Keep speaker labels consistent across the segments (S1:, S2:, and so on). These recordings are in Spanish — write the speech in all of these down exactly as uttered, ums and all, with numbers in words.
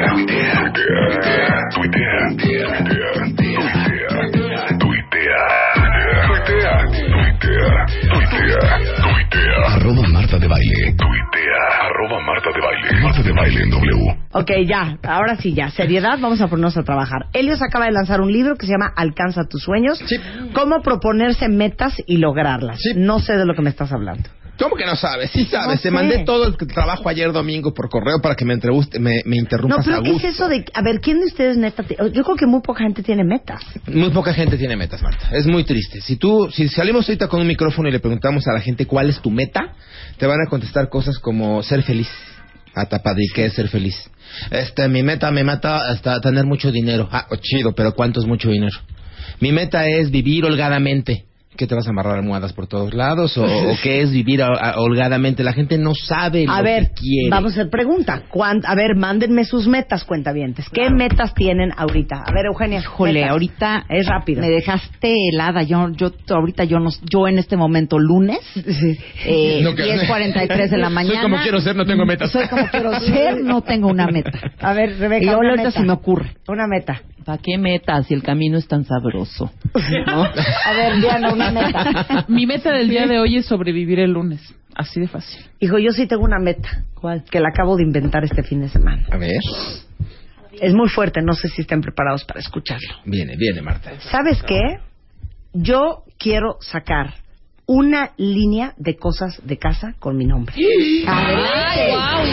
S1: tuitea, tuitea, tuitea, tuitea, tuitea, tuitea, tuitea, tuitea, tuitea, arroba Marta de Baile, tuitea, arroba Marta de Baile, Marta de Baile en W.
S2: Ok, ya, ahora sí, ya, seriedad, vamos a ponernos a trabajar. Helios acaba de lanzar un libro que se llama Alcanza tus sueños.
S3: Sí.
S2: Cómo proponerse metas y lograrlas.
S3: Sí.
S2: No sé de lo que me estás hablando.
S3: ¿Cómo que no sabes? Sí sabes.
S2: No
S3: Te
S2: sé.
S3: mandé todo el trabajo ayer domingo por correo para que me, entreviste, me, me
S2: No,
S3: interrumpas
S2: pero
S3: a
S2: ¿qué
S3: gusto.
S2: es eso de... A ver, ¿quién de ustedes neta? te- Yo creo que muy poca gente tiene metas.
S3: Muy poca gente tiene metas, Marta. Es muy triste. Si tú, si salimos ahorita con un micrófono y le preguntamos a la gente cuál es tu meta, te van a contestar cosas como ser feliz. Atapadí, ¿qué es ser feliz? Este, mi meta me mata hasta tener mucho dinero. Ah, oh, chido, pero ¿cuánto es mucho dinero? Mi meta es vivir holgadamente. ¿Qué te vas a amarrar almohadas por todos lados? ¿O, o qué es vivir a, a, holgadamente? La gente no sabe
S2: A
S3: lo
S2: ver,
S3: que quiere.
S2: vamos a hacer pregunta. ¿Cuán- A ver, mándenme sus metas, cuentavientes. ¿Qué metas tienen ahorita? A ver, Eugenia.
S4: Híjole,
S2: metas.
S4: ahorita
S2: Es rápido.
S4: me dejaste helada. Yo, yo ahorita yo no, yo en este momento lunes, eh,
S3: No, que-
S4: diez cuarenta y tres de la mañana.
S3: Soy como quiero ser, no tengo metas.
S4: Soy como quiero ser, no tengo una meta.
S2: A ver, Rebeca,
S4: Y
S2: una
S4: ahorita
S2: meta.
S4: se me ocurre.
S2: Una meta.
S5: ¿Para qué metas si el camino es tan sabroso? ¿No?
S2: A ver, Diana, una meta.
S5: Mi meta del día de hoy es sobrevivir el lunes. Así de fácil.
S2: Hijo, yo sí tengo una meta.
S5: ¿Cuál?
S2: Que la acabo de inventar este fin de semana.
S3: A ver.
S2: Es muy fuerte, no sé si estén preparados para escucharlo.
S3: Viene, viene, Marta.
S2: ¿Sabes qué? Yo quiero sacar una línea de cosas de casa con mi nombre.
S5: ¡Ay, wow,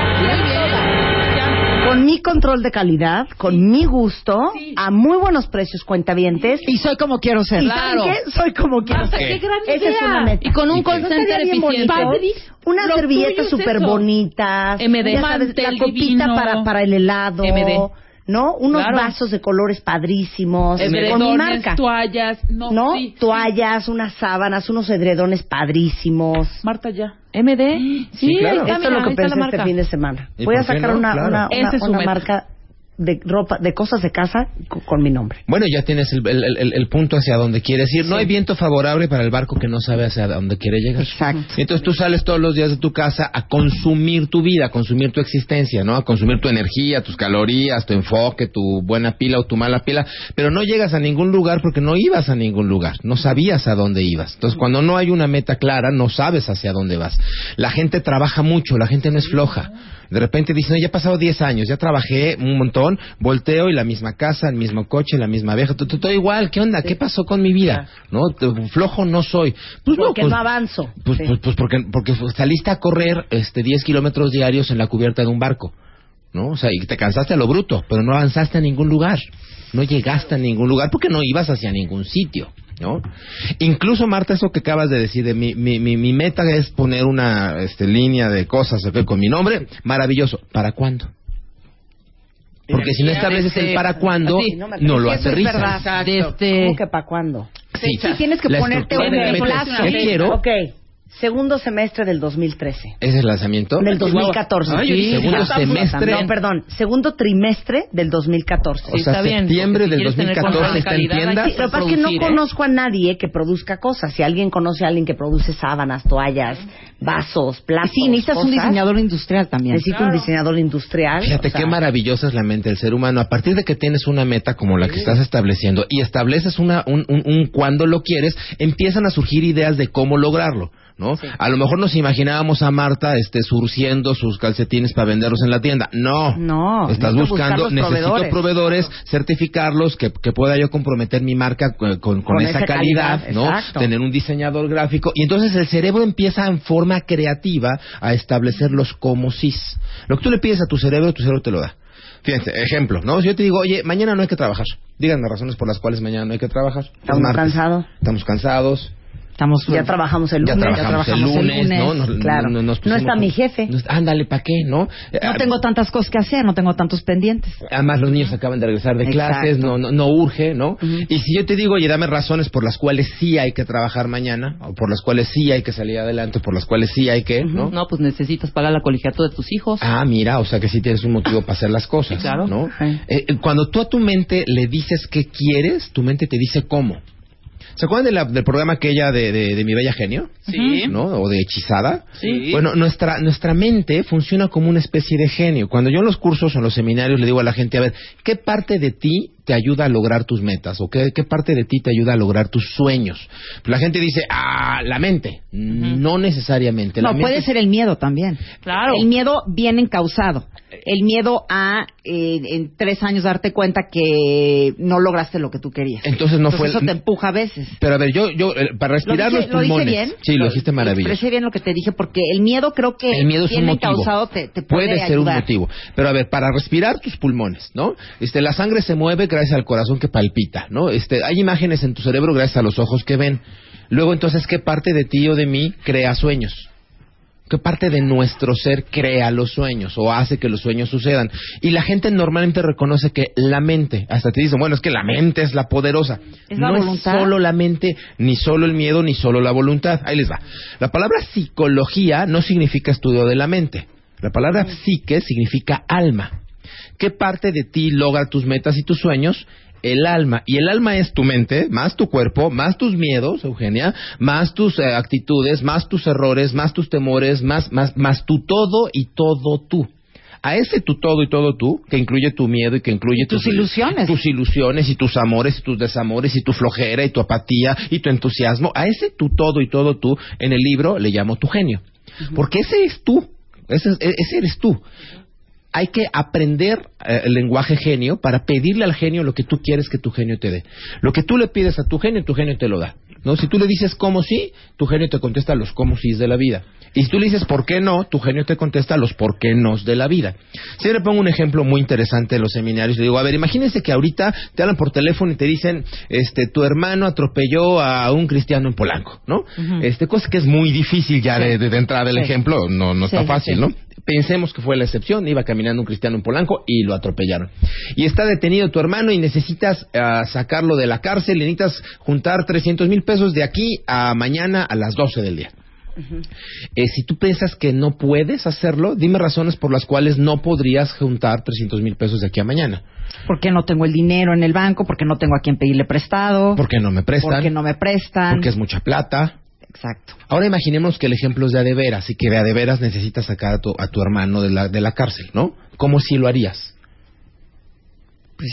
S2: Con mi control de calidad, con mi gusto, a muy buenos precios, cuentavientes.
S4: Y soy como quiero ser.
S2: ¿Y saben qué? Soy como quiero
S5: Marta,
S2: ser.
S5: qué gran
S2: Esa
S5: idea.
S2: es una meta.
S5: Y con un
S3: ¿Y
S5: call
S3: qué?
S2: ¿No
S5: center
S2: estaría bien
S5: eficiente.
S2: bonito?
S5: Padrísimo.
S2: Unas
S5: Lo
S2: servilletas
S5: tuyo es
S2: súper
S5: eso.
S2: bonitas.
S5: M D.
S2: Ya sabes, la
S5: Mantel
S2: copita
S5: divino.
S2: para, para el helado.
S5: M D.
S2: ¿No? Unos
S5: Claro.
S2: vasos de colores padrísimos. Con mi
S5: Edredones,
S2: marca.
S5: toallas. No,
S2: ¿No?
S5: sí,
S2: Toallas, unas sábanas, unos edredones padrísimos.
S5: sí. Marta, ya. M D. Sí,
S3: Sí, claro.
S5: ahí está,
S2: Esto
S5: mira,
S2: es lo
S5: ahí
S2: que
S5: está la
S2: pensé este
S5: marca.
S2: fin de semana.
S3: ¿Y
S2: Voy a
S3: por qué
S2: sacar
S3: no?
S2: una,
S3: Claro.
S2: una, una,
S5: Esa es su
S2: una
S5: meta.
S2: marca de ropa, de cosas de casa co- con mi nombre.
S3: Bueno, ya tienes el, el, el, el punto hacia donde quieres ir. No hay viento favorable para el barco que no sabe hacia dónde quiere llegar.
S4: Exacto.
S3: Entonces tú sales todos los días de tu casa a consumir tu vida, a consumir tu existencia, ¿no? A consumir tu energía, tus calorías, tu enfoque, tu buena pila o tu mala pila. Pero no llegas a ningún lugar porque no ibas a ningún lugar. No sabías a dónde ibas. Entonces cuando no hay una meta clara, no sabes hacia dónde vas. La gente trabaja mucho, la gente no es floja. De repente dicen, no, ya he pasado diez años, ya trabajé un montón, volteo y la misma casa, el mismo coche, la misma vieja, todo, todo igual, ¿qué onda? ¿Qué pasó con mi vida? ¿No? Flojo no soy. Pues
S2: Porque
S3: no, pues,
S2: no avanzo.
S3: Pues,
S2: Sí.
S3: pues, pues porque, porque saliste a correr este diez kilómetros diarios en la cubierta de un barco, ¿no? O sea, y te cansaste a lo bruto, pero no avanzaste a ningún lugar. No llegaste a ningún lugar porque no ibas hacia ningún sitio, ¿no? Incluso, Marta, eso que acabas de decir, de mi, mi, mi, mi meta es poner una este, línea de cosas ¿ok? con mi nombre, maravilloso. ¿Para cuándo? Porque si no estableces el para cuándo,
S5: Sí,
S2: no me
S3: no lo
S2: parece. Eso es
S3: aterrizas.
S2: verdad.
S5: Desde...
S2: ¿Cómo que para cuándo?
S3: Sí,
S4: Sí, tienes que
S3: La
S4: ponerte
S3: estructura
S4: un
S3: de la meta es,
S4: plazo.
S3: ¿qué quiero?
S2: Ok, segundo semestre del dos mil trece.
S3: ¿Ese es el lanzamiento?
S2: Del dos mil catorce.
S3: Ay,
S2: Sí.
S3: segundo semestre.
S2: No, perdón, segundo trimestre del dos mil catorce.
S3: O sea,
S5: está bien,
S3: septiembre
S5: porque si
S3: del
S5: quieres tener
S3: dos mil catorce
S5: control de
S3: está en
S5: calidad,
S3: tienda.
S5: hay
S2: Sí, lo que pasa es que no
S5: producir, ¿eh?
S2: conozco a nadie que produzca cosas. Si alguien conoce a alguien que produce sábanas, toallas, vasos, platos,
S4: Sí, necesitas un
S2: cosas,
S4: diseñador industrial también.
S2: necesito un diseñador industrial.
S3: Fíjate
S2: o sea,
S3: qué maravillosa es la mente del ser humano. A partir de que tienes una meta como la que estás estableciendo y estableces una, un, un, un cuándo lo quieres, empiezan a surgir ideas de cómo lograrlo, ¿no?
S2: Sí.
S3: A lo mejor nos imaginábamos a Marta este, surciendo sus calcetines para venderlos en la tienda. No.
S2: No,
S3: Estás
S2: necesito
S3: buscando,
S2: buscar los
S3: necesito
S2: proveedores.
S3: proveedores, certificarlos, que, que pueda yo comprometer mi marca eh, con, con,
S2: Con
S3: esa
S2: esa
S3: calidad,
S2: calidad,
S3: ¿no?
S2: exacto.
S3: Tener un diseñador gráfico. Y entonces el cerebro empieza en forma creativa a establecer los cómo sís. Lo que tú le pides a tu cerebro, tu cerebro te lo da. Fíjense, ejemplo, ¿no? Si yo te digo, oye, mañana no hay que trabajar. Díganme razones por las cuales mañana no hay que trabajar. Es
S2: Estamos
S3: martes.
S2: cansados.
S3: Estamos cansados.
S4: Estamos
S2: Ya trabajamos el
S3: Ya
S2: lunes.
S3: trabajamos, el, lunes, ¿no? Nos-
S2: Claro.
S3: nos- nos
S2: No está
S3: pusimos-
S2: mi jefe.
S3: no está- ándale, ¿para qué, no? Eh,
S4: No tengo tantas cosas que hacer, no tengo tantos pendientes.
S3: Además, los niños acaban de regresar de
S2: Exacto.
S3: clases, no, no, no urge, ¿no?
S2: Ujú.
S3: Y si yo te digo, oye, dame razones por las cuales sí hay que trabajar mañana, o por las cuales sí hay que salir adelante, o por las cuales sí hay que, ¿no?
S5: No, pues necesitas pagar la colegiatura de tus hijos.
S3: Ah, mira, o sea que sí tienes un motivo para hacer las cosas,
S5: Sí, claro.
S3: ¿no?
S2: Sí.
S3: Eh, eh, cuando tú a tu mente le dices qué quieres, tu mente te dice cómo. ¿Se acuerdan de la, del programa aquella de, de, de Mi Bella Genio?
S5: Sí.
S3: ¿No? O de Hechizada.
S5: Sí.
S3: Bueno, nuestra, nuestra mente funciona como una especie de genio. Cuando yo en los cursos o en los seminarios le digo a la gente, a ver, ¿qué parte de ti te ayuda a lograr tus metas? ¿O qué, qué parte de ti te ayuda a lograr tus sueños? La gente dice, ah, la mente. Uh-huh. No necesariamente.
S4: No,
S3: la
S4: puede
S3: mente...
S4: ser el miedo también.
S5: Claro.
S4: El miedo bien encausado. El miedo a eh, en tres años darte cuenta que no lograste lo que tú querías.
S3: Entonces no
S4: Entonces
S3: fue...
S4: eso te empuja a veces.
S3: Pero a ver, yo, yo eh, para respirar
S4: ¿Lo dije,
S3: los pulmones...
S4: ¿Lo dije bien?
S3: Sí, lo dijiste maravilloso.
S4: Expresé bien lo que te dije, porque el miedo creo que
S3: el miedo es
S4: bien
S3: un motivo.
S4: encausado te, te puede,
S3: puede ser
S4: ayudar.
S3: un motivo. Pero a ver, para respirar tus pulmones, ¿no? Este, la sangre se mueve gracias al corazón que palpita, ¿no? Este, hay imágenes en tu cerebro gracias a los ojos que ven. Luego, entonces, ¿qué parte de ti o de mí crea sueños? ¿Qué parte de nuestro ser crea los sueños o hace que los sueños sucedan? Y la gente normalmente reconoce que la mente, hasta te dicen, bueno, es que la mente es la poderosa.
S4: ¿Es la
S3: no
S4: voluntad?
S3: es solo la mente, ni solo el miedo, ni solo la voluntad. Ahí les va. La palabra psicología no significa estudio de la mente. La palabra psique significa alma. ¿Qué parte de ti logra tus metas y tus sueños? El alma. Y el alma es tu mente, más tu cuerpo, más tus miedos, Eugenia, más tus eh, actitudes, más tus errores, más tus temores, más, más, más tu todo y todo tú. A ese tu todo y todo tú, que incluye tu miedo y que incluye
S4: tus,
S3: tus
S4: ilusiones.
S3: Tus ilusiones y tus amores y tus desamores y tu flojera y tu apatía y tu entusiasmo, a ese tu todo y todo tú, en el libro le llamo tu genio. Uh-huh. Porque ese es tú, ese, ese eres tú. Hay que aprender eh, el lenguaje genio para pedirle al genio lo que tú quieres que tu genio te dé. Lo que tú le pides a tu genio, tu genio te lo da, ¿no? Si tú le dices cómo sí, tu genio te contesta los cómo sís de la vida. Y si tú le dices por qué no, tu genio te contesta los por qué nos de la vida. Siempre pongo un ejemplo muy interesante en los seminarios. Le digo, a ver, imagínense que ahorita te hablan por teléfono y te dicen, este, tu hermano atropelló a un cristiano en Polanco, ¿no? Uh-huh. Este, cosa que es muy difícil ya sí. de, de, de entrada el sí. ejemplo, no, no sí, está fácil, sí. ¿no? Pensemos que fue la excepción, iba caminando un cristiano en Polanco y lo atropellaron. Y está detenido tu hermano y necesitas uh, sacarlo de la cárcel, y necesitas juntar trescientos mil pesos de aquí a mañana a las doce del día. Uh-huh. Eh, si tú piensas que no puedes hacerlo, dime razones por las cuales no podrías juntar trescientos mil pesos de aquí a mañana.
S4: Porque no tengo el dinero en el banco, porque no tengo a quien pedirle prestado.
S3: Porque no me prestan.
S4: Porque no me prestan.
S3: Porque es mucha plata.
S4: Exacto.
S3: Ahora imaginemos que el ejemplo es de a de veras y que de a de veras necesitas sacar a tu, a tu hermano de la, de la cárcel, ¿no? ¿Cómo si lo harías?
S4: Pues...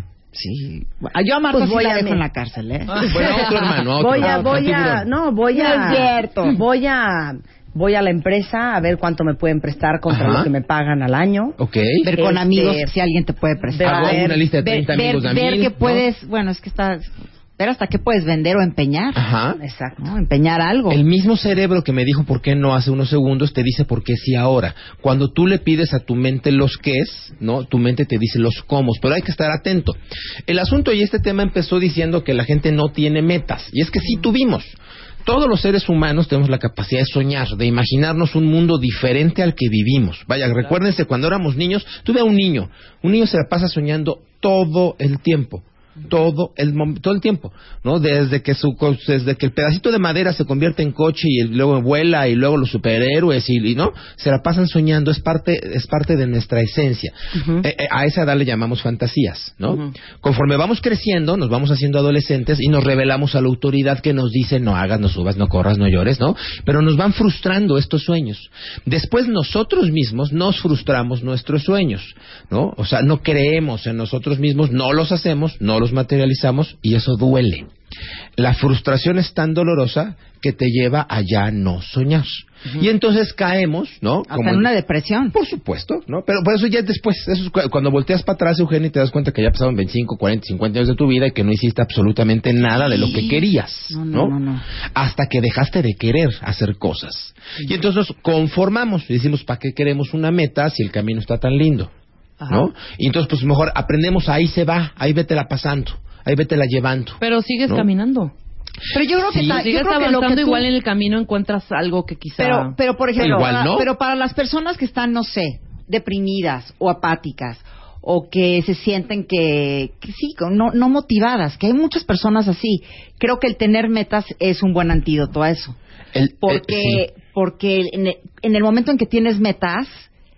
S4: sí. Yo a Marta pues voy sí la a dejo en la cárcel, ¿eh?
S3: Bueno, a otro hermano, a otro.
S2: Voy a, voy a, no, voy a,
S4: no es cierto.
S2: voy a, voy a la empresa a ver cuánto me pueden prestar contra Ajá. lo que me pagan al año.
S3: Ok.
S4: Ver con este, amigos si alguien te puede prestar.
S3: Hago una lista de treinta
S4: ver,
S3: amigos
S4: ver,
S3: de
S4: ver
S3: mil,
S4: que
S3: ¿no?
S4: puedes, bueno, es que está... ver hasta qué puedes vender o empeñar.
S3: Ajá.
S2: Exacto.
S4: ¿No? Empeñar algo.
S3: El mismo cerebro que me dijo por qué no hace unos segundos te dice por qué sí ahora. Cuando tú le pides a tu mente los qués, ¿no? Tu mente te dice los cómo, pero hay que estar atento. El asunto y este tema empezó diciendo que la gente no tiene metas. Y es que sí tuvimos. Todos los seres humanos tenemos la capacidad de soñar, de imaginarnos un mundo diferente al que vivimos. Vaya, recuérdense, cuando éramos niños, tuve a un niño. Un niño se la pasa soñando todo el tiempo. todo el todo el tiempo, ¿no? Desde que su desde que el pedacito de madera se convierte en coche y luego vuela y luego los superhéroes y, y no, se la pasan soñando, es parte es parte de nuestra esencia. Uh-huh. Eh, eh, a esa edad le llamamos fantasías, ¿no? Uh-huh. Conforme vamos creciendo, nos vamos haciendo adolescentes y nos rebelamos a la autoridad que nos dice no hagas, no subas, no corras, no llores, ¿no? Pero nos van frustrando estos sueños. Después nosotros mismos nos frustramos nuestros sueños, ¿no? O sea, no creemos en nosotros mismos, no los hacemos, no los materializamos y eso duele. La frustración es tan dolorosa que te lleva a ya no soñar. Uh-huh. Y entonces caemos, ¿no?
S4: Hasta Como en una depresión.
S3: Por supuesto, ¿no? Pero por eso ya es después. Eso es cu- cuando volteas para atrás, Eugenia, y te das cuenta que ya pasaron veinticinco, cuarenta, cincuenta años de tu vida y que no hiciste absolutamente nada de lo que querías,
S4: no,
S3: ¿no?
S4: no, no, no.
S3: Hasta que dejaste de querer hacer cosas. Y entonces nos conformamos y decimos, ¿para qué queremos una meta si el camino está tan lindo? Ajá. ¿No? Y entonces, pues mejor aprendemos, ahí se va, ahí vétela pasando, ahí vétela llevando.
S5: Pero sigues
S3: ¿no?
S5: caminando.
S4: Pero yo creo que,
S5: sí,
S4: ta,
S5: sigues
S4: yo creo
S5: avanzando,
S4: que lo que tú...
S5: igual en el camino encuentras algo que quizá...
S4: Pero, pero por ejemplo,
S3: igual, ¿no?
S4: pero para las personas que están, no sé, deprimidas o apáticas o que se sienten que, que sí, no, no motivadas, que hay muchas personas así, creo que el tener metas es un buen antídoto a eso.
S3: El,
S4: porque
S3: eh, sí.
S4: porque en el, en el momento en que tienes metas,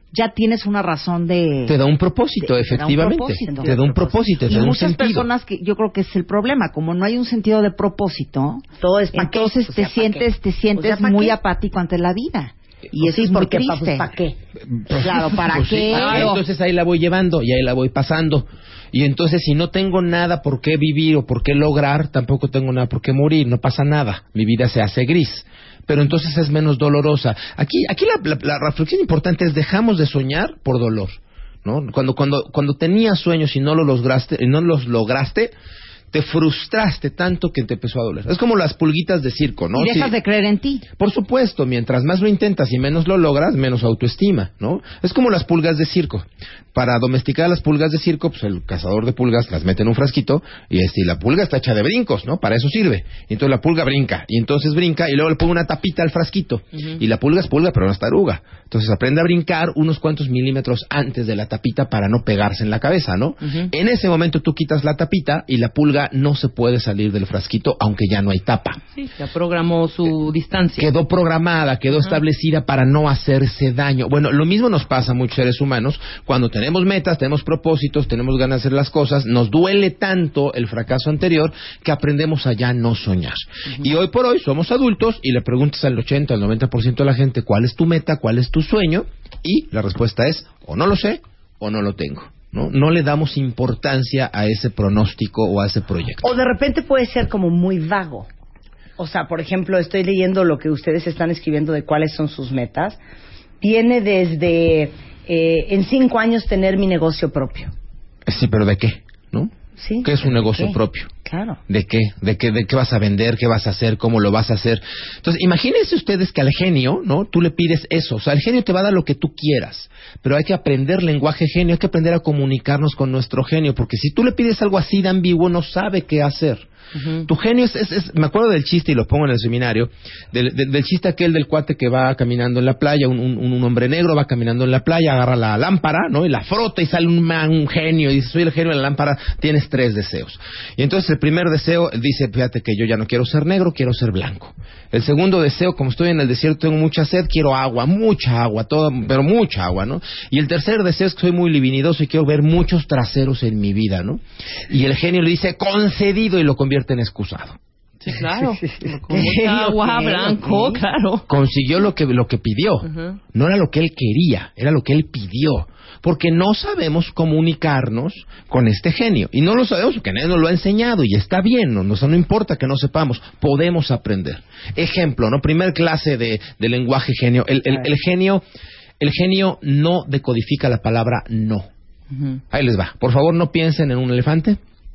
S4: ya tienes una razón de...
S3: Te da un propósito,
S4: de,
S3: efectivamente.
S4: Te da un propósito.
S3: Te da un propósito, te
S4: y
S3: da un
S4: muchas
S3: sentido.
S4: personas, que yo creo que es el problema, como no hay un sentido de propósito,
S2: todo es pa'
S4: entonces
S2: qué. O
S4: te
S2: sea,
S4: sientes
S2: ¿pa'
S4: te sientes
S2: o sea,
S4: muy
S2: qué?
S4: apático ante la vida. Y
S2: Pues
S4: eso
S2: sí,
S4: es muy
S2: porque pa-
S4: triste.
S2: ¿para qué?
S4: Claro, ¿para
S3: Pues sí.
S4: qué?
S3: Ah, entonces ahí la voy llevando y ahí la voy pasando. Y entonces si no tengo nada por qué vivir o por qué lograr, tampoco tengo nada por qué morir, no pasa nada. Mi vida se hace gris. Pero entonces es menos dolorosa. Aquí aquí la, la, la reflexión importante es dejamos de soñar por dolor, ¿no? Cuando cuando cuando tenías sueños y no los lograste, y no los lograste, te frustraste tanto que te empezó a doler. Es como las pulguitas de circo, ¿no?
S4: Y dejas
S3: Sí.
S4: de creer en ti.
S3: Por supuesto, mientras más lo intentas y menos lo logras, menos autoestima, ¿no? Es como las pulgas de circo. Para domesticar a las pulgas de circo, pues el cazador de pulgas las mete en un frasquito y, este, y la pulga está hecha de brincos, ¿no? Para eso sirve. Y entonces la pulga brinca, y entonces brinca y luego le pone una tapita al frasquito. Uh-huh. Y la pulga es pulga, pero no es taruga. Entonces aprende a brincar unos cuantos milímetros antes de la tapita para no pegarse en la cabeza, ¿no? Uh-huh. En ese momento tú quitas la tapita y la pulga no se puede salir del frasquito aunque ya no hay tapa.
S5: Sí, ya programó su distancia.
S3: Quedó programada, quedó uh-huh. establecida para no hacerse daño. Bueno, lo mismo nos pasa a muchos seres humanos cuando tenemos metas, tenemos propósitos, tenemos ganas de hacer las cosas, nos duele tanto el fracaso anterior que aprendemos a ya no soñar. Uh-huh. Y hoy por hoy somos adultos y le preguntas al ochenta, al noventa por ciento de la gente cuál es tu meta, cuál es tu sueño, y la respuesta es o no lo sé o no lo tengo. ¿No? no le damos importancia a ese pronóstico o a ese proyecto.
S2: O de repente puede ser como muy vago. O sea, por ejemplo, estoy leyendo lo que ustedes están escribiendo de cuáles son sus metas. Viene desde eh, en cinco años tener mi negocio propio.
S3: Sí, pero ¿de qué? ¿No?
S2: Sí.
S3: ¿Qué es un negocio
S2: ¿Qué?
S3: propio?
S2: Claro.
S3: ¿De qué? ¿De qué? ¿De qué vas a vender? ¿Qué vas a hacer? ¿Cómo lo vas a hacer? Entonces, imagínense ustedes que al genio, ¿no? Tú le pides eso. O sea, el genio te va a dar lo que tú quieras. Pero hay que aprender lenguaje genio, hay que aprender a comunicarnos con nuestro genio. Porque si tú le pides algo así de ambiguo, no sabe qué hacer. Uh-huh. Tu genio es, es, es... Me acuerdo del chiste, y lo pongo en el seminario, del, del, del chiste aquel del cuate que va caminando en la playa, un, un, un hombre negro va caminando en la playa, agarra la lámpara, ¿no? Y la frota y sale un, man, un genio, y dice, soy el genio de la lámpara, tienes tres deseos. Y entonces el primer deseo dice, fíjate que yo ya no quiero ser negro, quiero ser blanco. El segundo deseo, como estoy en el desierto, tengo mucha sed, quiero agua, mucha agua, toda, pero mucha agua, ¿no? Y el tercer deseo es que soy muy libidinoso y quiero ver muchos traseros en mi vida, ¿no? Y el genio le dice, concedido, y lo convierte en excusado.
S5: Sí, claro. Con mucha agua, blanco, claro.
S3: Consiguió lo que, lo que pidió. Uh-huh. No era lo que él quería, era lo que él pidió. Porque no sabemos comunicarnos con este genio. Y no lo sabemos porque nadie nos lo ha enseñado. Y está bien, no, no, no importa que no sepamos. Podemos aprender. Ejemplo, ¿no? Primer clase de, de lenguaje genio. El, el, el genio el genio no decodifica la palabra no. Uh-huh. Ahí les va. Por favor, no piensen en un elefante.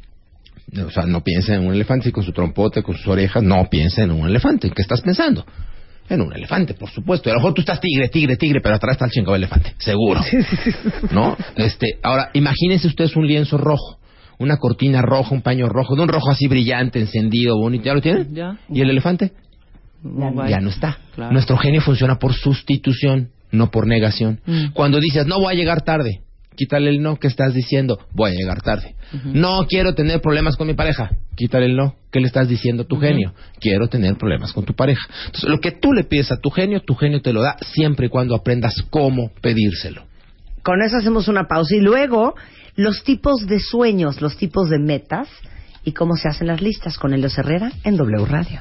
S3: O sea, no piensen en un elefante con su trompote, con sus orejas. No piensen en un elefante. ¿Qué estás pensando? En un elefante, por supuesto. A lo mejor tú estás tigre, tigre, tigre, pero atrás está el chingado elefante. Seguro. ¿No? Este, ahora, imagínense ustedes un lienzo rojo. Una cortina roja, un paño rojo. De un rojo así brillante, encendido, bonito. ¿Ya lo tienen?
S5: Ya.
S3: ¿Y el elefante?
S5: No,
S3: ya no está.
S5: Claro.
S3: Nuestro genio funciona por sustitución, no por negación. Mm. Cuando dices, no voy a llegar tarde, quítale el no. ¿Qué estás diciendo? Voy a llegar tarde. Uh-huh. No quiero tener problemas con mi pareja. Quítale el no. ¿Qué le estás diciendo a tu uh-huh. genio? Quiero tener problemas con tu pareja. Entonces, lo que tú le pides a tu genio, tu genio te lo da siempre y cuando aprendas cómo pedírselo.
S2: Con eso hacemos una pausa y luego los tipos de sueños, los tipos de metas y cómo se hacen las listas con Helios Herrera en W Radio.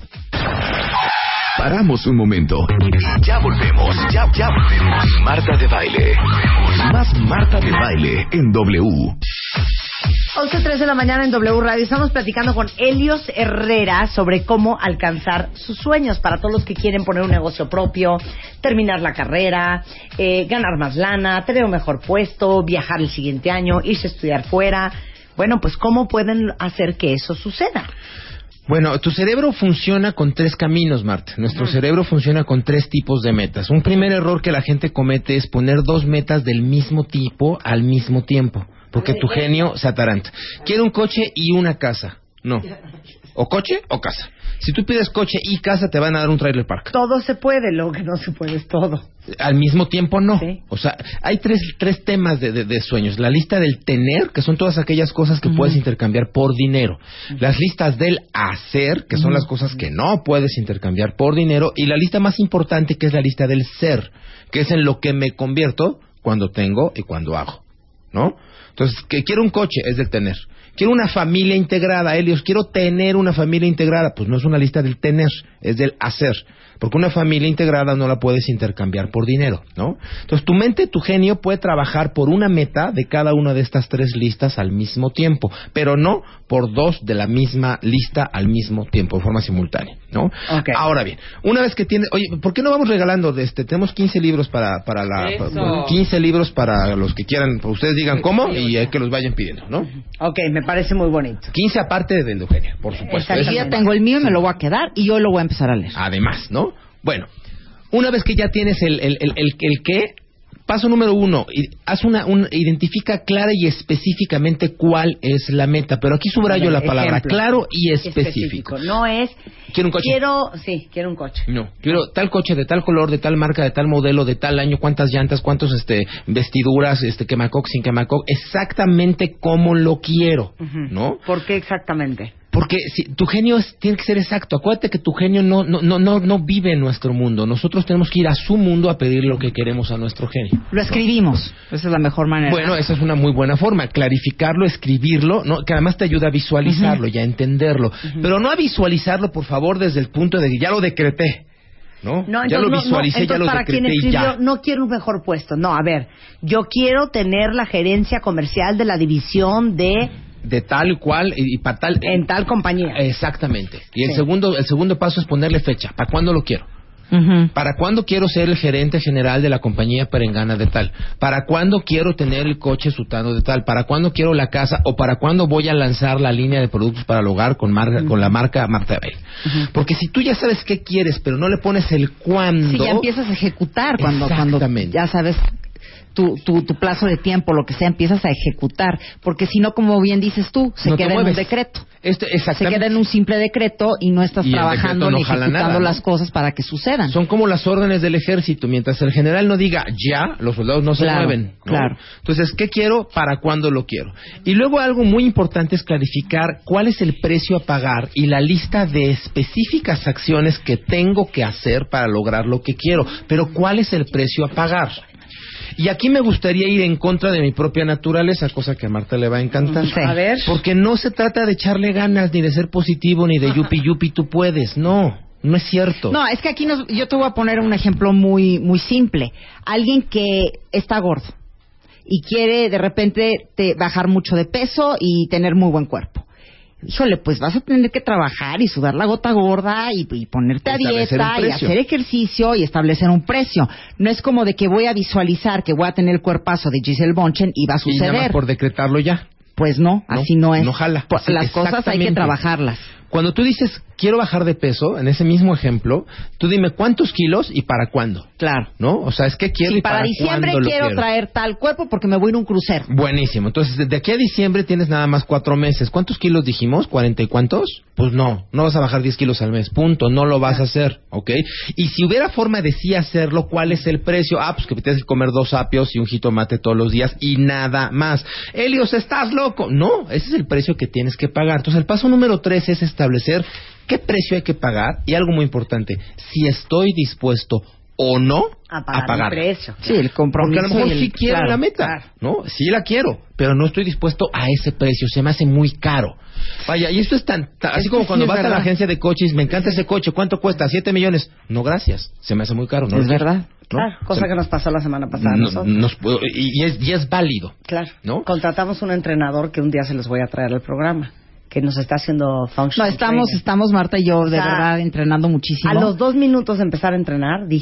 S1: Paramos un momento. Ya volvemos, ya, ya volvemos. Marta de Baile. Más Marta de Baile en W.
S2: once tres de la mañana en W Radio. Estamos platicando con Helios Herrera sobre cómo alcanzar sus sueños para todos los que quieren poner un negocio propio, terminar la carrera, eh, ganar más lana, tener un mejor puesto, viajar el siguiente año, irse a estudiar fuera. Bueno, pues ¿cómo pueden hacer que eso suceda?
S3: Bueno, tu cerebro funciona con tres caminos, Marta. Nuestro uh-huh. cerebro funciona con tres tipos de metas. Un primer error que la gente comete es poner dos metas del mismo tipo al mismo tiempo, porque tu genio se ataranta. Quiero un coche y una casa. No. O coche o casa. Si tú pides coche y casa, te van a dar un trailer park.
S2: Todo se puede, lo que no se puede es todo.
S3: Al mismo tiempo, no.
S2: Sí.
S3: O sea, hay tres, tres temas de, de, de sueños. La lista del tener, que son todas aquellas cosas que uh-huh. puedes intercambiar por dinero. Uh-huh. Las listas del hacer, que son uh-huh. las cosas que no puedes intercambiar por dinero. Y la lista más importante, que es la lista del ser, que es en lo que me convierto cuando tengo y cuando hago, ¿no? Entonces, que quiero un coche, es del tener. Quiero una familia integrada, Helios, quiero tener una familia integrada. Pues no es una lista del tener, es del hacer. Porque una familia integrada no la puedes intercambiar por dinero, ¿no? Entonces, tu mente, tu genio puede trabajar por una meta de cada una de estas tres listas al mismo tiempo, pero no por dos de la misma lista al mismo tiempo, de forma simultánea, ¿no? Okay. Ahora bien, una vez que tienes... Oye, ¿por qué no vamos regalando? De este, tenemos quince libros para, para la... Para, quince libros para los que quieran, ustedes digan cómo y hay que los vayan pidiendo, ¿no?
S2: Ok, me parece muy bonito.
S3: quince aparte del de Eugenia, por supuesto.
S4: Yo ya tengo el mío y me lo voy a quedar y yo lo voy a empezar a leer.
S3: Además, ¿no? Bueno, una vez que ya tienes el, el, el, el, el qué, paso número uno, haz una, un, identifica clara y específicamente cuál es la meta. Pero aquí subrayo la palabra ejemplo, claro y específico. específico.
S2: No es...
S3: Quiero un coche.
S2: Quiero, sí, quiero un coche.
S3: No, quiero tal coche de tal color, de tal marca, de tal modelo, de tal año, cuántas llantas, cuántos este vestiduras, este quemacoc, sin quemacoc, exactamente cómo lo quiero, uh-huh. ¿no?
S2: ¿Por qué exactamente?
S3: Porque si, tu genio es, tiene que ser exacto. Acuérdate que tu genio no, no, no, no, no vive en nuestro mundo. Nosotros tenemos que ir a su mundo a pedir lo que queremos a nuestro genio.
S4: Lo escribimos. ¿No? Esa es la mejor manera.
S3: Bueno, esa es una muy buena forma. Clarificarlo, escribirlo, ¿no? Que además te ayuda a visualizarlo uh-huh. y a entenderlo. Uh-huh. Pero no a visualizarlo, por favor, desde el punto de que ya lo decreté. ¿No?
S2: No,
S3: ya
S2: entonces,
S3: lo visualicé,
S2: no, no,
S3: ya lo
S2: para
S3: decreté
S2: quien escribió,
S3: y ya.
S2: No quiero un mejor puesto. No, a ver, yo quiero tener la gerencia comercial de la división de...
S3: de tal cual y, y para tal
S2: en tal compañía.
S3: Exactamente. Y
S2: sí.
S3: el segundo el segundo paso es ponerle fecha. ¿Para cuándo lo quiero? Uh-huh. ¿Para cuándo quiero ser el gerente general de la compañía perengana de tal? ¿Para cuándo quiero tener el coche sutano de tal? ¿Para cuándo quiero la casa? ¿O para cuándo voy a lanzar la línea de productos para el hogar con, marca, uh-huh. con la marca Marta de Baile? Uh-huh. Porque si tú ya sabes qué quieres, pero no le pones el cuándo...
S4: Sí, ya empiezas a ejecutar cuando, cuando ya sabes... Tu, tu, tu plazo de tiempo, lo que sea, empiezas a ejecutar. Porque si no, como bien dices tú, se no queda en un decreto.
S3: Este,
S4: se queda en un simple decreto y no estás y trabajando no ni ejecutando nada, ¿no? las cosas para que sucedan.
S3: Son como las órdenes del ejército. Mientras el general no diga ya, los soldados no se
S4: claro,
S3: mueven, ¿no?
S4: Claro.
S3: Entonces, ¿qué quiero? ¿Para cuándo lo quiero? Y luego algo muy importante es clarificar cuál es el precio a pagar y la lista de específicas acciones que tengo que hacer para lograr lo que quiero. Pero ¿cuál es el precio a pagar? Y aquí me gustaría ir en contra de mi propia naturaleza, cosa que a Marta le va a encantar.
S2: Sí. A ver.
S3: Porque no se trata de echarle ganas, ni de ser positivo, ni de yupi yupi, tú puedes. No, no es cierto.
S4: No, es que aquí nos, yo te voy a poner un ejemplo muy, muy simple. Alguien que está gordo y quiere de repente te, bajar mucho de peso y tener muy buen cuerpo. Híjole, pues vas a tener que trabajar y sudar la gota gorda y, y ponerte a dieta y hacer ejercicio y establecer un precio. No es como de que voy a visualizar que voy a tener el cuerpazo de Giselle Bündchen y va a suceder.
S3: Y nada más por decretarlo ya.
S4: Pues no, no así no es.
S3: No jala.
S4: Pues las cosas hay que trabajarlas.
S3: Cuando tú dices, quiero bajar de peso, en ese mismo ejemplo, tú dime cuántos kilos y para cuándo.
S4: Claro.
S3: ¿No? O sea, es que quiero
S4: sí,
S3: y para,
S4: para diciembre
S3: cuándo
S4: quiero,
S3: lo quiero
S4: traer tal cuerpo porque me voy a ir a un crucero.
S3: Buenísimo. Entonces, de aquí a diciembre tienes nada más cuatro meses. ¿Cuántos kilos dijimos? ¿Cuarenta y cuántos? Pues no, no vas a bajar diez kilos al mes. Punto. No lo vas a hacer, ¿ok? Y si hubiera forma de sí hacerlo, ¿cuál es el precio? Ah, pues que tienes que comer dos apios y un jitomate todos los días y nada más. Helios, ¿estás loco? No, ese es el precio que tienes que pagar. Entonces, el paso número tres es establecer qué precio hay que pagar y algo muy importante, si estoy dispuesto o no
S2: a pagar,
S3: a pagar.
S2: el precio.
S4: Sí, el compromiso.
S3: Porque a lo mejor
S4: el,
S3: sí quiero
S4: claro,
S3: la meta,
S2: claro.
S3: ¿no? Sí la quiero, pero no estoy dispuesto a ese precio, se me hace muy caro. Vaya, y esto es tan, tan así como cuando sí vas verdad. a la agencia de coches, me encanta ese coche, ¿cuánto cuesta? Siete millones. No, gracias, se me hace muy caro. ¿No?
S4: Es verdad.
S2: ¿No? Claro, cosa se, que nos pasó la semana pasada.
S3: No, nos, y, y, es, y es válido.
S2: Claro.
S3: ¿No?
S2: Contratamos un entrenador que un día se los voy a traer al programa, que nos está haciendo functional
S4: No, estamos,
S2: training.
S4: estamos Marta y yo, de o sea, verdad, entrenando muchísimo.
S2: A los dos minutos de empezar a entrenar, dije,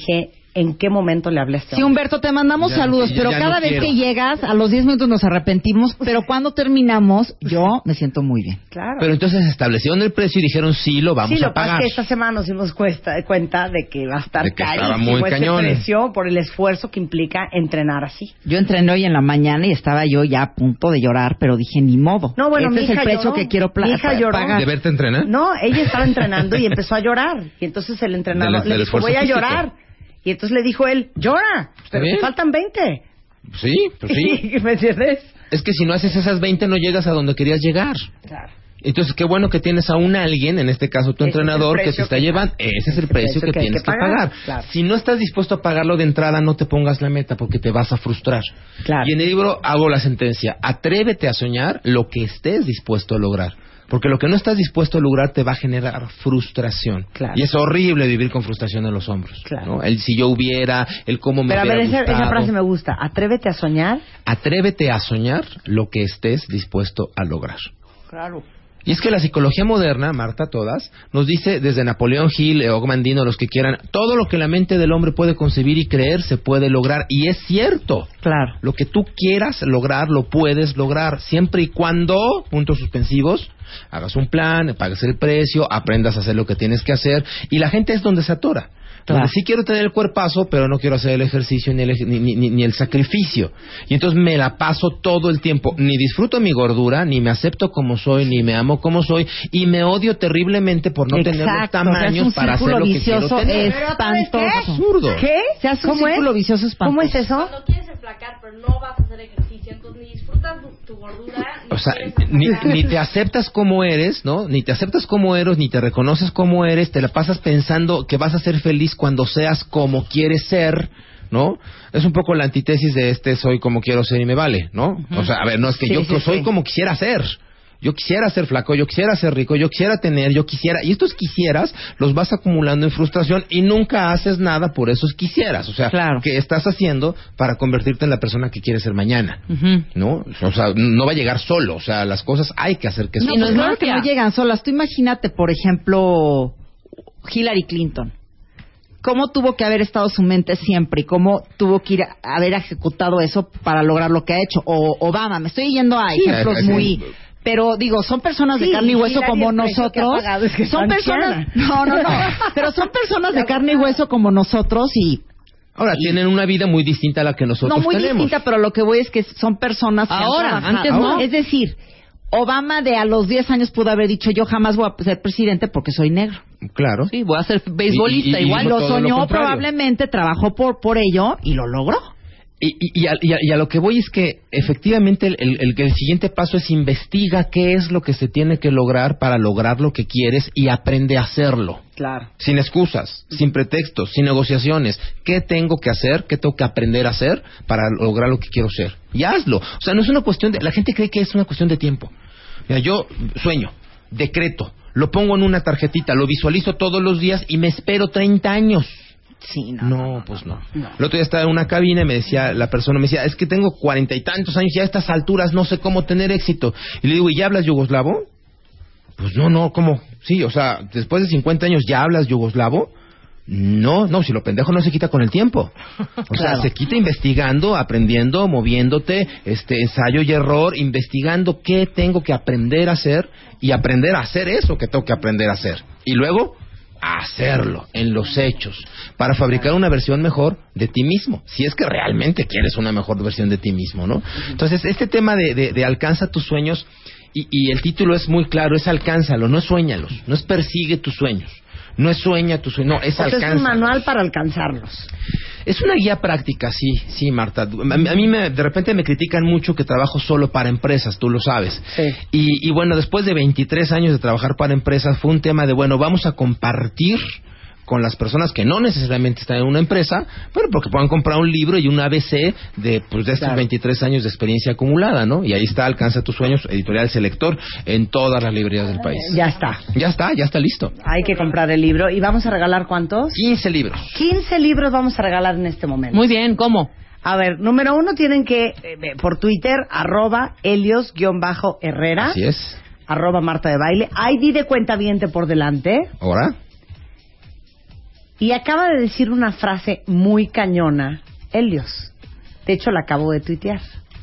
S2: en qué momento le hablé a este
S4: Sí,
S2: hombre.
S4: Humberto, te mandamos
S3: Ya,
S4: saludos,
S3: ya,
S4: pero
S3: ya
S4: cada
S3: no
S4: vez
S3: quiero.
S4: que llegas, a los diez minutos nos arrepentimos, pero cuando terminamos, yo me siento muy bien.
S2: Claro.
S3: Pero entonces establecieron el precio y dijeron, sí, lo vamos
S2: sí,
S3: a
S2: lo que pasa
S3: pagar.
S2: es que esta semana nos dimos cuesta, cuenta de que va a estar
S3: De que estaba
S2: carísimo
S3: muy
S2: este
S3: cañón.
S2: precio por el esfuerzo que implica entrenar así.
S4: Yo entrené hoy en la mañana y estaba yo ya a punto de llorar, pero dije, ni modo.
S2: No, bueno,
S4: este
S2: mi
S4: es el
S2: hija
S4: precio
S2: lloró.
S4: que quiero pla-
S2: Mi hija
S4: pa-
S2: lloró.
S4: pagar.
S3: ¿De verte entrenar?
S2: No, ella estaba entrenando y empezó a llorar. Y entonces el entrenador
S3: Del-
S2: le
S3: del
S2: dijo,
S3: esfuerzo
S2: voy a
S3: físico.
S2: llorar. Y entonces le dijo él, llora, pero
S3: bien.
S2: te faltan veinte.
S3: Sí, pues sí.
S2: ¿Me entiendes?
S3: Es que si no haces esas veinte no llegas a donde querías llegar.
S2: Claro.
S3: Entonces, qué bueno que tienes a un alguien, en este caso tu
S2: Ese es el
S3: entrenador, que te
S2: precio
S3: está
S2: que-
S3: llevando. Ese es el precio que,
S2: hay
S3: tienes que pagar.
S2: Claro.
S3: Si no estás dispuesto a pagarlo de entrada, no te pongas la meta porque te vas a frustrar.
S2: Claro.
S3: Y en el libro hago la sentencia. Atrévete a soñar lo que estés dispuesto a lograr. Porque lo que no estás dispuesto a lograr te va a generar frustración.
S2: Claro.
S3: Y es horrible vivir con frustración en los hombros.
S2: Claro.
S3: ¿no? El si yo hubiera, el cómo me
S2: Pero a
S3: hubiera
S2: ver, esa, esa
S3: gustado.
S2: frase me gusta. Atrévete a soñar.
S3: Atrévete a soñar lo que estés dispuesto a lograr.
S2: Claro.
S3: Y es que la psicología moderna, Marta, todas, nos dice desde Napoleón Hill, Ogmandino, los que quieran, todo lo que la mente del hombre puede concebir y creer se puede lograr. Y es cierto.
S2: Claro.
S3: Lo que tú quieras lograr, lo puedes lograr, siempre y cuando, puntos suspensivos, hagas un plan, pagues el precio, aprendas a hacer lo que tienes que hacer. Y la gente es donde se atora.
S2: Claro.
S3: Donde sí quiero tener el cuerpazo, pero no quiero hacer el ejercicio ni el, ej- ni, ni- ni- ni el sacrificio. Y entonces me la paso todo el tiempo. Ni disfruto mi gordura, ni me acepto como soy, ni me amo como soy. Y me odio terriblemente por no tener los
S4: Exacto,
S3: tamaños
S4: es un
S3: para hacer
S4: círculo
S3: lo que quiero
S4: vicioso
S3: tener.
S4: espantoso.
S3: Absurdo.
S2: ¿Qué?
S4: Se hace un
S2: ¿Cómo es?
S4: círculo vicioso espantoso.
S2: ¿Cómo es eso?
S6: Cuando quieres enflacar, pero no vas a hacer ejercicio, entonces ni disfrutas tu, tu gordura, ni
S3: O sea,
S6: quieres
S3: ni,
S6: enflacar.
S3: ni te aceptas como eres, ¿no? Ni te aceptas como eres, ni te reconoces como eres, te la pasas pensando que vas a ser feliz cuando seas como quieres ser, ¿no? Es un poco la antítesis de este soy como quiero ser y me vale, ¿no? O sea, a ver, no es que
S2: Sí,
S3: yo
S2: sí,
S3: soy
S2: sí.
S3: como quisiera ser. Yo quisiera ser flaco, yo quisiera ser rico, yo quisiera tener, yo quisiera... Y estos quisieras los vas acumulando en frustración y nunca haces nada por esos quisieras. O sea,
S4: Claro.
S3: ¿qué estás haciendo para convertirte en la persona que quieres ser mañana?
S4: Ujú.
S3: ¿No? O sea, no va a llegar solo. O sea, las cosas hay que hacer que
S4: No,
S3: sucedan.
S4: pues
S5: es
S4: claro que
S5: magia.
S4: no llegan solas. Tú imagínate, por ejemplo, Hillary Clinton. Cómo tuvo que haber estado su mente siempre y cómo tuvo que ir a haber ejecutado eso para lograr lo que ha hecho. O Obama, me estoy yendo a
S3: Sí,
S4: ejemplos
S3: es- es-
S4: muy... Pero digo, son personas de
S2: Sí,
S4: carne y hueso
S2: Hillary,
S4: como
S2: el precio que ha
S4: nosotros.
S2: pagado es que
S4: Son
S2: está
S4: personas...
S2: anciana.
S4: No, no, no. Pero son personas de carne y hueso como nosotros y...
S3: Ahora, tienen una vida muy distinta a la que nosotros
S4: No muy
S3: tenemos.
S4: distinta, pero lo que voy es que son personas que han
S5: Ahora,
S4: trabajado.
S5: antes no.
S4: Es decir, Obama de a los diez años pudo haber dicho yo jamás voy a ser presidente porque soy negro.
S3: Claro.
S5: Sí, voy a ser beisbolista
S3: Y- y- y-
S5: igual.
S3: y-
S4: Lo
S3: todo lo
S4: soñó
S3: contrario.
S4: probablemente, trabajó por por ello y lo logró.
S3: Y, y- y a, y a- y a lo que voy es que efectivamente el, el- el- el siguiente paso es investiga qué es lo que se tiene que lograr para lograr lo que quieres y aprende a hacerlo.
S2: Claro.
S3: Sin excusas, sin pretextos, sin negociaciones. ¿Qué tengo que hacer? ¿Qué tengo que aprender a hacer para lograr lo que quiero ser? Y hazlo. O sea, no es una cuestión de... La gente cree que es una cuestión de tiempo. Mira, yo sueño, decreto, lo pongo en una tarjetita, lo visualizo todos los días y me espero treinta años.
S4: Sí,
S3: No, pues no. El otro día estaba en una cabina y me decía, la persona me decía, es que tengo cuarenta y tantos años y a estas alturas no sé cómo tener éxito. Y le digo, ¿y ya hablas yugoslavo? Pues no, no, ¿cómo? Sí, o sea, después de cincuenta años ya hablas yugoslavo. No, no, si lo pendejo no se quita con el tiempo. O sea,
S2: Claro.
S3: se quita investigando, aprendiendo, moviéndote, este ensayo y error, investigando qué tengo que aprender a hacer y aprender a hacer eso que tengo que aprender a hacer. Y luego a hacerlo en los hechos para fabricar una versión mejor de ti mismo, si es que realmente quieres una mejor versión de ti mismo, ¿no? Entonces, este tema de, de, de alcanza tus sueños y, y el título es muy claro, es alcánzalos, no es suéñalos, no es persigue tus sueños. No es sueña tus sueños, no, es
S2: O sea, es
S3: alcanza.
S2: un manual para alcanzarlos.
S3: Es una guía práctica, sí, sí, Marta. A mí, a mí me, de repente me critican mucho que trabajo solo para empresas, tú lo sabes.
S2: Sí.
S3: Y, y bueno, después de veintitrés años de trabajar para empresas, fue un tema de, bueno, vamos a compartir con las personas que no necesariamente están en una empresa, pero porque puedan comprar un libro y un A B C de, pues, de estos
S2: Claro.
S3: veintitrés años de experiencia acumulada, ¿no? Y ahí está, Alcanza tus sueños, editorial Selector, en todas las librerías del país.
S2: Ya está.
S3: Ya está, ya está listo.
S2: Hay que comprar el libro. ¿Y vamos a regalar cuántos?
S3: quince libros.
S2: quince libros vamos a regalar en este momento.
S5: Muy bien, ¿cómo?
S2: A ver, número uno tienen que, eh, por Twitter, arroba Helios-Herrera,
S3: Así es.
S2: arroba Marta de Baile, I D de cuentaviente por delante,
S3: ¿Ahora?
S2: Y acaba de decir una frase muy cañona, Helios. De hecho, la acabo de tuitear.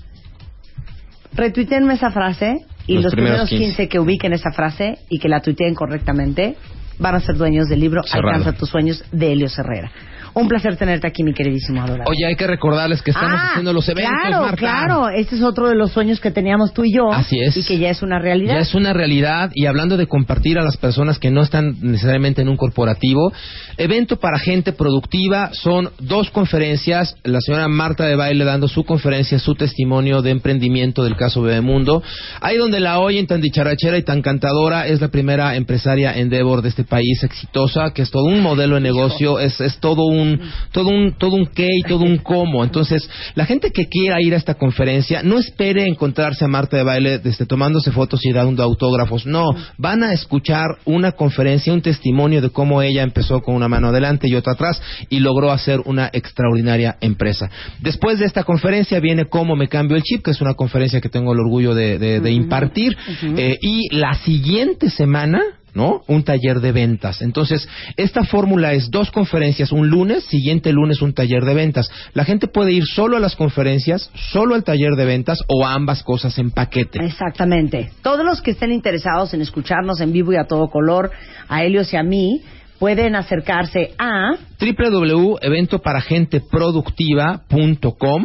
S2: Retuiteenme esa frase y los, los primeros quince que ubiquen esa frase y que la tuiteen correctamente van a ser dueños del libro Cerrado. Alcanza tus sueños, de Helios Herrera. Un placer tenerte aquí, mi queridísimo Adorado.
S3: Oye, hay que recordarles que estamos
S2: ah,
S3: haciendo los eventos,
S2: claro,
S3: Marta.
S2: Claro, este es otro de los sueños que teníamos tú y yo.
S3: Así es.
S2: Y que ya es una realidad.
S3: Ya es una realidad. Y hablando de compartir a las personas que no están necesariamente en un corporativo, evento para gente productiva, son dos conferencias. La señora Marta de Baile dando su conferencia, su testimonio de emprendimiento del caso Bebemundo. Ahí donde la oyen tan dicharachera y tan cantadora, es la primera empresaria Endeavor de este país, exitosa, que es todo un modelo de negocio, es, es todo un todo un todo un qué y todo un cómo. Entonces, la gente que quiera ir a esta conferencia, no espere encontrarse a Marta de Baile desde tomándose fotos y dando autógrafos. No, van a escuchar una conferencia, un testimonio de cómo ella empezó con una mano adelante y otra atrás y logró hacer una extraordinaria empresa. Después de esta conferencia viene Cómo me cambio el chip, que es una conferencia que tengo el orgullo de, de, de impartir. Uh-huh. eh, y la siguiente semana, ¿no? Un taller de ventas. Entonces, esta fórmula es dos conferencias, un lunes, siguiente lunes un taller de ventas. La gente puede ir solo a las conferencias, solo al taller de ventas o a ambas cosas en paquete.
S2: Exactamente. Todos los que estén interesados en escucharnos en vivo y a todo color, a Helios y a mí, pueden acercarse a
S3: doble u doble u doble u punto evento para gente productiva punto com.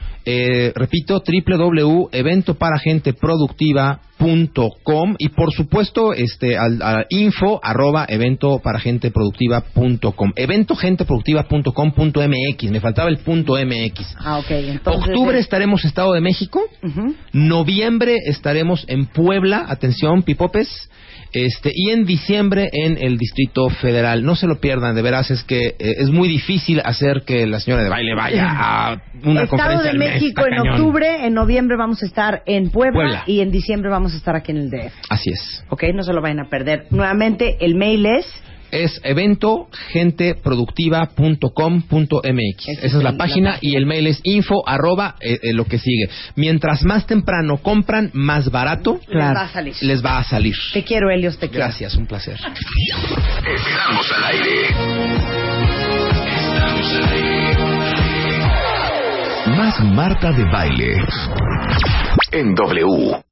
S3: Eh, repito, doble u doble u doble u punto evento para gente productiva punto com y por supuesto este al, al info arroba evento para gente productiva punto com, evento gente productiva punto com punto m x, me faltaba el punto mx.
S2: Ah, ok. Entonces,
S3: octubre estaremos Estado de México. Uh-huh. Noviembre estaremos en Puebla, atención pipopes, este y en diciembre en el Distrito Federal. No se lo pierdan, de veras, es que eh, es muy difícil hacer que la señora de Baile vaya a una
S2: Estado
S3: conferencia
S2: de México en
S3: cañón.
S2: Octubre, en noviembre vamos a estar en Puebla,
S3: Puebla
S2: y en diciembre vamos a estar aquí en el D F.
S3: Así es.
S2: Ok, no se lo vayan a perder. Nuevamente, el mail es
S3: es evento gente productiva punto com punto m x. Esa es, es la, la página, página y el mail es info arroba eh, eh, lo que sigue. Mientras más temprano compran, más barato
S2: claro. les va a salir.
S3: Les va a salir.
S2: Te quiero, Helios, te quiero.
S3: Gracias, un placer.
S1: Estamos al aire. Estamos al aire. Más Marta de Baile en W.